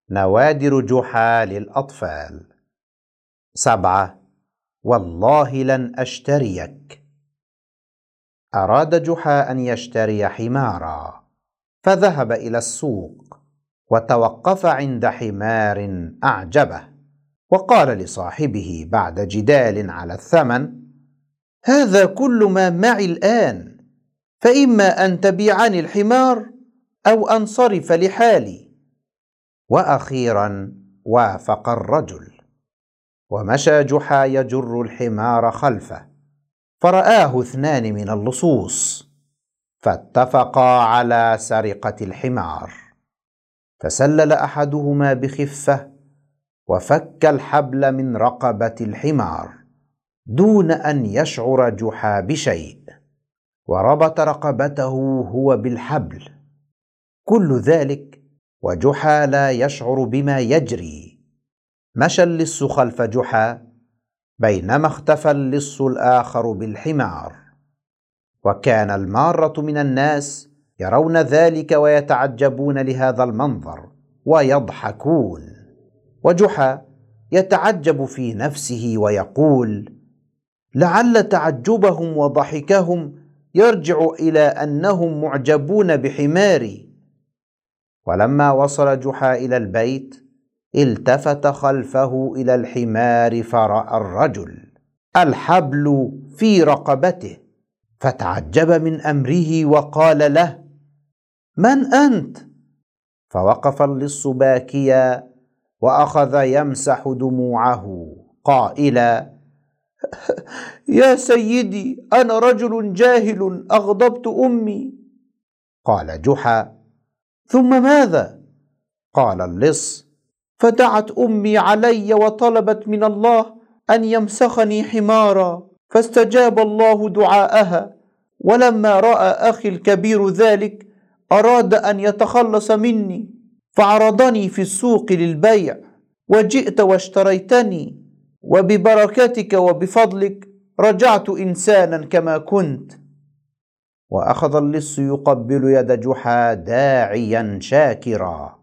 نوادر جحا للأطفال. 7. والله لن أشتريك. أراد جحا أن يشتري حمارا، فذهب إلى السوق وتوقف عند حمار أعجبه، وقال لصاحبه بعد جدال على الثمن: هذا كل ما معي الآن، فإما أن تبيعني الحمار أو أنصرف لحالي. وأخيرا وافق الرجل، ومشى جحا يجر الحمار خلفه، فرآه 2 من اللصوص، فاتفقا على سرقة الحمار. فسلل أحدهما بخفة وفك الحبل من رقبة الحمار دون أن يشعر جحا بشيء، وربط رقبته هو بالحبل. كل ذلك وجحا لا يشعر بما يجري. مشى اللص خلف جحا بينما اختفى اللص الآخر بالحمار، وكان المارة من الناس يرون ذلك ويتعجبون لهذا المنظر ويضحكون، وجحا يتعجب في نفسه ويقول: لعل تعجبهم وضحكهم يرجع إلى أنهم معجبون بحماري. ولما وصل جحا إلى البيت التفت خلفه إلى الحمار فرأى الرجل الحبل في رقبته، فتعجب من أمره وقال له: من أنت؟ فوقف اللص باكيا وأخذ يمسح دموعه قائلا: يا سيدي، أنا رجل جاهل أغضبت أمي. قال جحا: ثم ماذا؟ قال اللص: فدعت أمي علي وطلبت من الله أن يمسخني حمارا، فاستجاب الله دعاءها، ولما رأى أخي الكبير ذلك أراد أن يتخلص مني، فعرضني في السوق للبيع، وجئت واشتريتني، وببركتك وبفضلك رجعت إنسانا كما كنت. وأخذ اللص يقبل يد جحا داعيا شاكرا،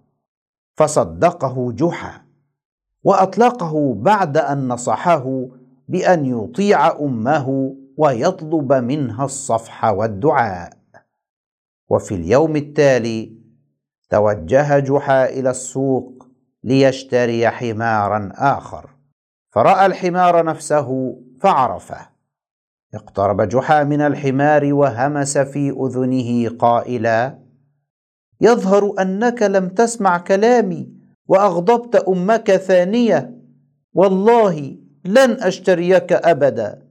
فصدقه جحا وأطلقه بعد أن نصحه بأن يطيع أمه ويطلب منها الصفح والدعاء. وفي اليوم التالي توجه جحا إلى السوق ليشتري حمارا آخر، فرأى الحمار نفسه فعرفه. اقترب جحا من الحمار وهمس في أذنه قائلا: يظهر أنك لم تسمع كلامي وأغضبت أمك ثانية، والله لن أشتريك أبدا،